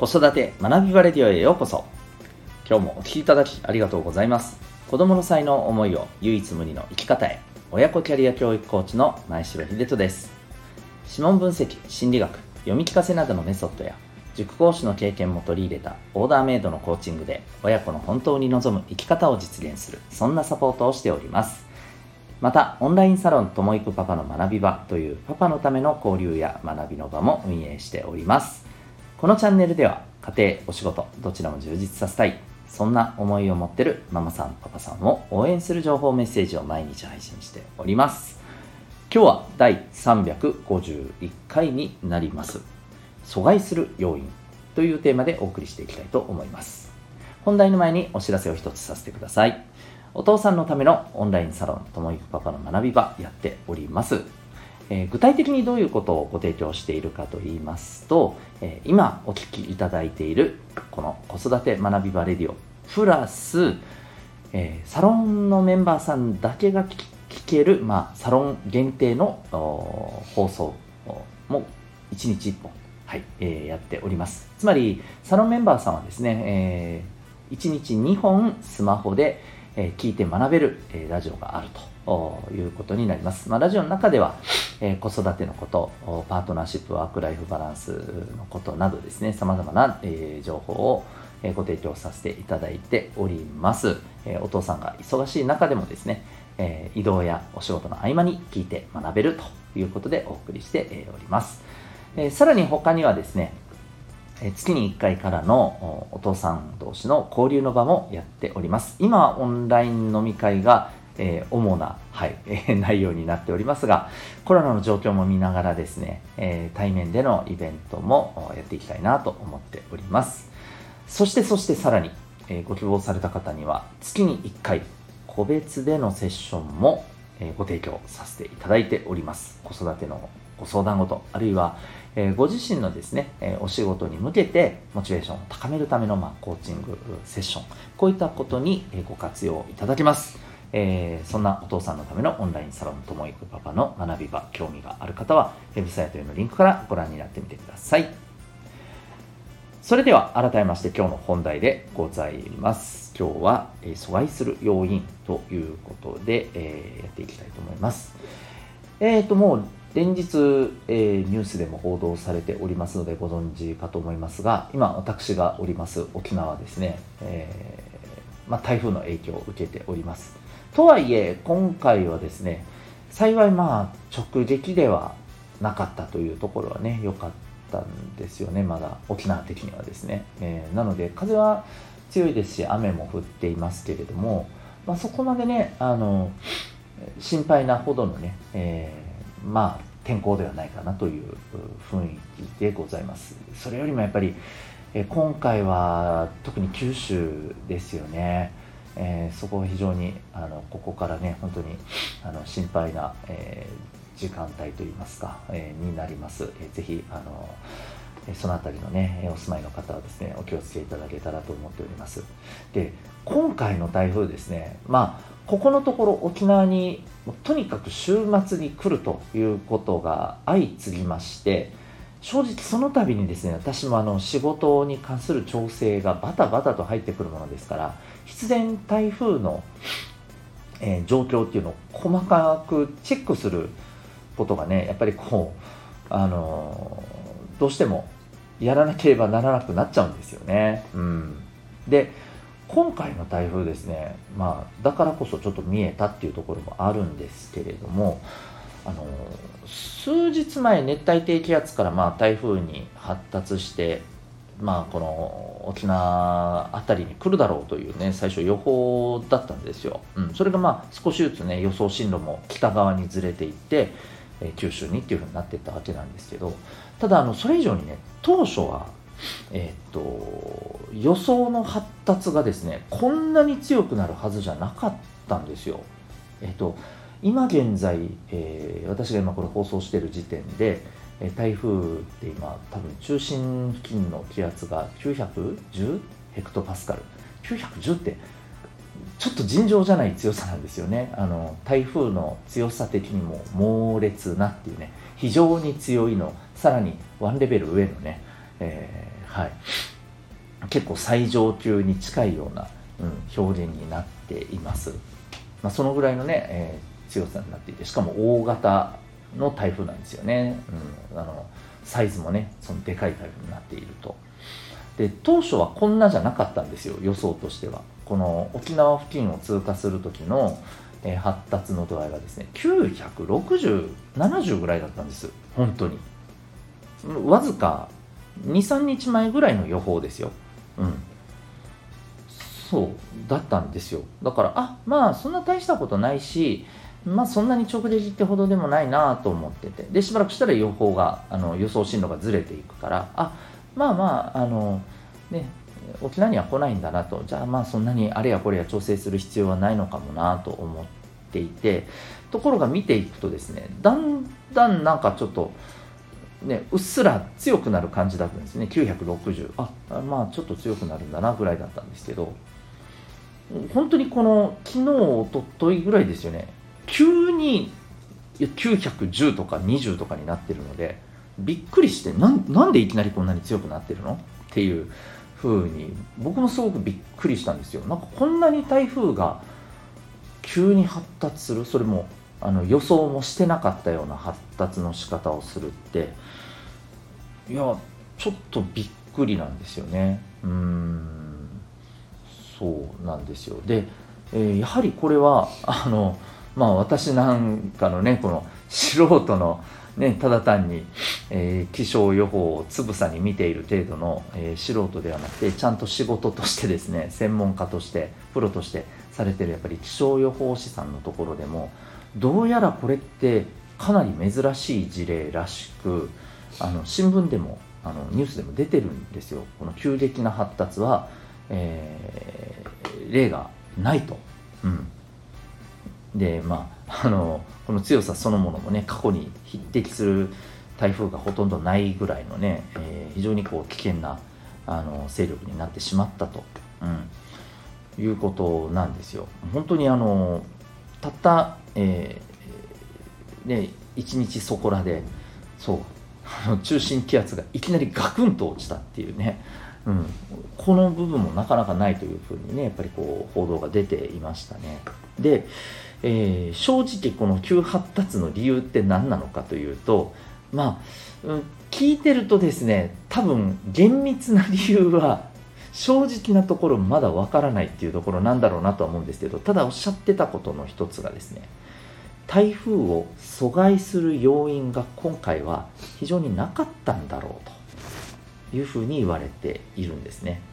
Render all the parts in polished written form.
子育て学びバレディオへようこそ。今日もお聞きいただきありがとうございます。子供の才能思いを唯一無二の生き方へ、親子キャリア教育コーチの前城秀人です。指紋分析、心理学、読み聞かせなどのメソッドや塾講師の経験も取り入れたオーダーメイドのコーチングで親子の本当に望む生き方を実現する、そんなサポートをしております。またオンラインサロンともいくパパの学び場というパパのための交流や学びの場も運営しております。このチャンネルでは家庭、お仕事どちらも充実させたい、そんな思いを持っているママさんパパさんを応援する情報メッセージを毎日配信しております。今日は第351回になります。阻害する要因というテーマでお送りしていきたいと思います。本題の前にお知らせを一つさせてください。お父さんのためのオンラインサロンともいくパパの学び場やっております。具体的にどういうことをご提供しているかと言いますと、今お聞きいただいているこの子育て学び場レディオプラス、サロンのメンバーさんだけが聞ける、サロン限定の放送も1日1本、やっております。つまりサロンメンバーさんはですね、1日2本スマホで聞いて学べるラジオがあるということになります。ラジオの中では子育てのこと、パートナーシップ、ワークライフバランスのことなどですね、様々な情報をご提供させていただいております。お父さんが忙しい中でもですね、移動やお仕事の合間に聞いて学べるということでお送りしております。さらに他にはですね、月に1回からのお父さん同士の交流の場もやっております。今はオンライン飲み会が主な、内容になっておりますが、コロナの状況も見ながらですね、対面でのイベントもやっていきたいなと思っております。そしてさらに、ご希望された方には月に1回個別でのセッションもご提供させていただいております。子育てのご相談事、あるいはご自身のですね、お仕事に向けてモチベーションを高めるためのコーチングセッション、こういったことにご活用いただけます。そんなお父さんのためのオンラインサロンともいくパパの学び場、興味がある方はウェブサイトへのリンクからご覧になってみてください。それでは改めまして今日の本題でございます。今日は阻害する要因ということでやっていきたいと思います。もう連日、ニュースでも報道されておりますのでご存知かと思いますが、今私がおります沖縄ですね、台風の影響を受けております。とはいえ今回はですね、幸い直撃ではなかったというところはね、良かったんですよね。まだ沖縄的にはですね、なので風は強いですし雨も降っていますけれども、そこまでね心配なほどのね、天候ではないかなという雰囲気でございます。それよりもやっぱり今回は特に九州ですよね。そこは非常にここからね本当に心配な、時間帯といいますか、になります。ぜひそのあたりのねお住まいの方はですねお気をつけいただけたらと思っております。で、今回の台風ですね、ここのところ沖縄にとにかく週末に来るということが相次ぎまして、正直その度にですね、私も仕事に関する調整がバタバタと入ってくるものですから、必然台風の、状況っていうのを細かくチェックすることがね、やっぱりどうしてもやらなければならなくなっちゃうんですよね。で、今回の台風ですね、だからこそちょっと見えたっていうところもあるんですけれども、数日前熱帯低気圧から台風に発達して、この沖縄あたりに来るだろうというね最初予報だったんですよ。それが少しずつね予想進路も北側にずれていって、九州にっていう風になっていったわけなんですけど、ただそれ以上にね当初は予想の発達がですねこんなに強くなるはずじゃなかったんですよ。今現在、私が今これ放送している時点で台風って今多分中心付近の気圧が910ヘクトパスカル、910ってちょっと尋常じゃない強さなんですよね。台風の強さ的にも猛烈なっていうね、非常に強いのさらにワンレベル上のね、 結構最上級に近いような、表現になっています。そのぐらいのね、強さになっていて、しかも大型の台風なんですよね。サイズもねそのでかい台風になっていると。で当初はこんなじゃなかったんですよ、予想としては。この沖縄付近を通過する時の、発達の度合いがですね960、70ぐらいだったんです。本当にわずか 2,3 日前ぐらいの予報ですよ。そうだったんですよ。だからそんな大したことないし、そんなに直撃ってほどでもないなと思ってて、でしばらくしたら予想進路がずれていくから、ね、沖縄には来ないんだなと、じゃあそんなにあれやこれや調整する必要はないのかもなと思っていて、ところが見ていくとですね、だんだんなんかちょっとね、うっすら強くなる感じだったんですね。960、ちょっと強くなるんだなぐらいだったんですけど、本当にこの昨日おとといぐらいですよね、急に910とか20とかになってるので、びっくりして、なんでいきなりこんなに強くなってるのっていう風に僕もすごくびっくりしたんですよ。なんかこんなに台風が急に発達する、それも予想もしてなかったような発達の仕方をするって、ちょっとびっくりなんですよね。そうなんですよ。で、やはりこれは私なんかのねこの素人のね、ただ単に、気象予報をつぶさに見ている程度の、素人ではなくて、ちゃんと仕事としてですね、専門家としてプロとしてされてるやっぱり気象予報士さんのところでも、どうやらこれってかなり珍しい事例らしく、新聞でもニュースでも出てるんですよ。この急激な発達は、例がないと。でこの強さそのものもね、過去に匹敵する台風がほとんどないぐらいのね、非常にこう危険な勢力になってしまったと、いうことなんですよ。本当にたった、1日そこらで中心気圧がいきなりガクンと落ちたっていうね、この部分もなかなかないというふうにね、やっぱりこう報道が出ていましたね。で、正直この急発達の理由って何なのかというと、聞いてるとですね、多分厳密な理由は正直なところまだわからないっていうところなんだろうなとは思うんですけど、ただおっしゃってたことの一つがですね、台風を阻害する要因が今回は非常になかったんだろうというふうに言われているんですね。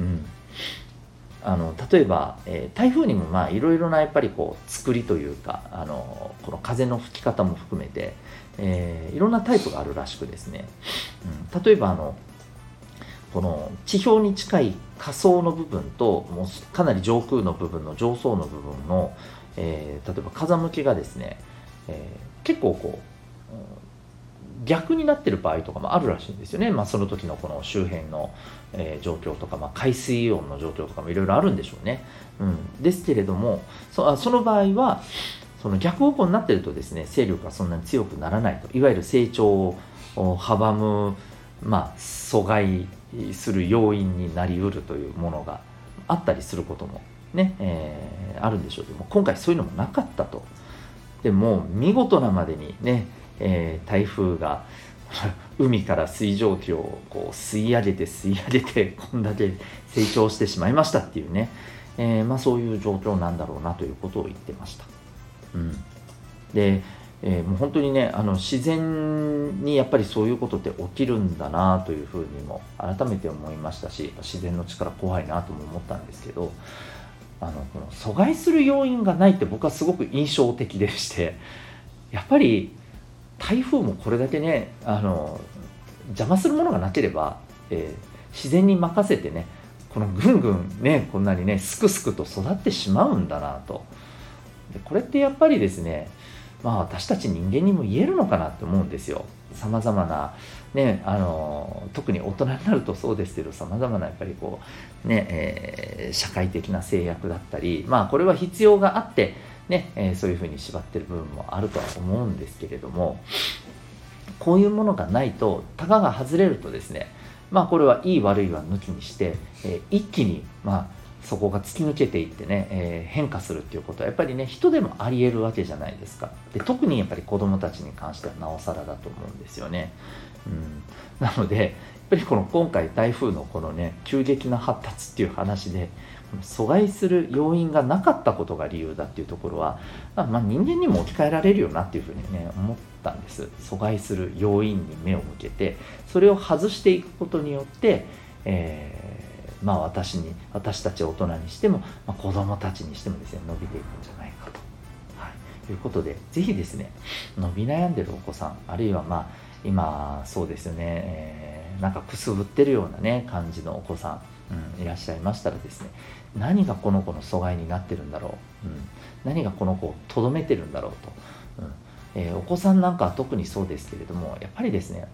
例えば、台風にもいろいろなやっぱりこう作りというか、この風の吹き方も含めて、いろんなタイプがあるらしくですね、例えばこの地表に近い下層の部分ともうかなり上空の部分の上層の部分の、例えば風向きがですね、結構こう逆になってる場合とかもあるらしいんですよね。その時のこの周辺の、状況とか、海水温の状況とかもいろいろあるんでしょうね。ですけれども、その場合はその逆方向になってるとですね、勢力がそんなに強くならないと、いわゆる成長を阻む、阻害する要因になりうるというものがあったりすることもね、あるんでしょうけども、今回そういうのもなかったと。でも見事なまでにね、台風が海から水蒸気をこう吸い上げてこんだけ成長してしまいましたっていうね、そういう状況なんだろうなということを言ってました。で、もう本当にね、自然にやっぱりそういうことって起きるんだなというふうにも改めて思いましたし、自然の力怖いなとも思ったんですけど、この阻害する要因がないって僕はすごく印象的でして、やっぱり台風もこれだけね、邪魔するものがなければ、自然に任せてね、このぐんぐんね、こんなにねすくすくと育ってしまうんだなと。でこれってやっぱりですね、私たち人間にも言えるのかなって思うんですよ。さまざまなね、特に大人になるとそうですけど、さまざまなやっぱりこうね、社会的な制約だったり、これは必要があってね、そういうふうに縛ってる部分もあるとは思うんですけれども、こういうものがないと、タガが外れるとですね、 これはいい悪いは抜きにして、一気にそこが突き抜けていってね、変化するっていうことはやっぱりね人でもありえるわけじゃないですか。で特にやっぱり子どもたちに関してはなおさらだと思うんですよね。なのでやっぱり今回台風のこのね急激な発達っていう話で阻害する要因がなかったことが理由だっていうところは、人間にも置き換えられるよなっていうふうにね思ったんです。阻害する要因に目を向けてそれを外していくことによって、私たち大人にしても、子どもたちにしてもですね伸びていくんじゃないかと、いうことでぜひですね伸び悩んでるお子さん、あるいは今そうですよね、なんかくすぶってるようなね感じのお子さん、いらっしゃいましたらですね、何がこの子の阻害になってるんだろう、何がこの子をとどめてるんだろうと、お子さんなんかは特にそうですけれども、やっぱりですね、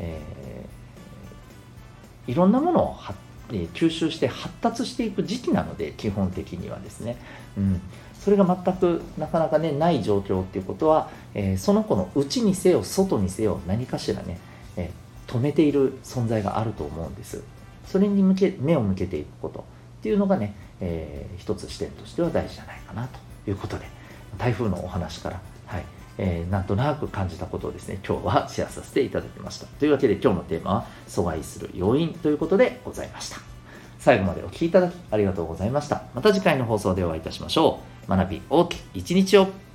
いろんなものを吸収して発達していく時期なので、基本的にはですね、それが全くなかなかねない状況っていうことは、その子の内にせよ外にせよ何かしらね、止めている存在があると思うんです。それに目を向けていくことっていうのがね、一つ視点としては大事じゃないかなということで、台風のお話から、なんとなく感じたことをですね今日はシェアさせていただきました。というわけで今日のテーマは阻害する要因ということでございました。最後までお聞きいただきありがとうございました。また次回の放送でお会いいたしましょう。学び大きい一日を。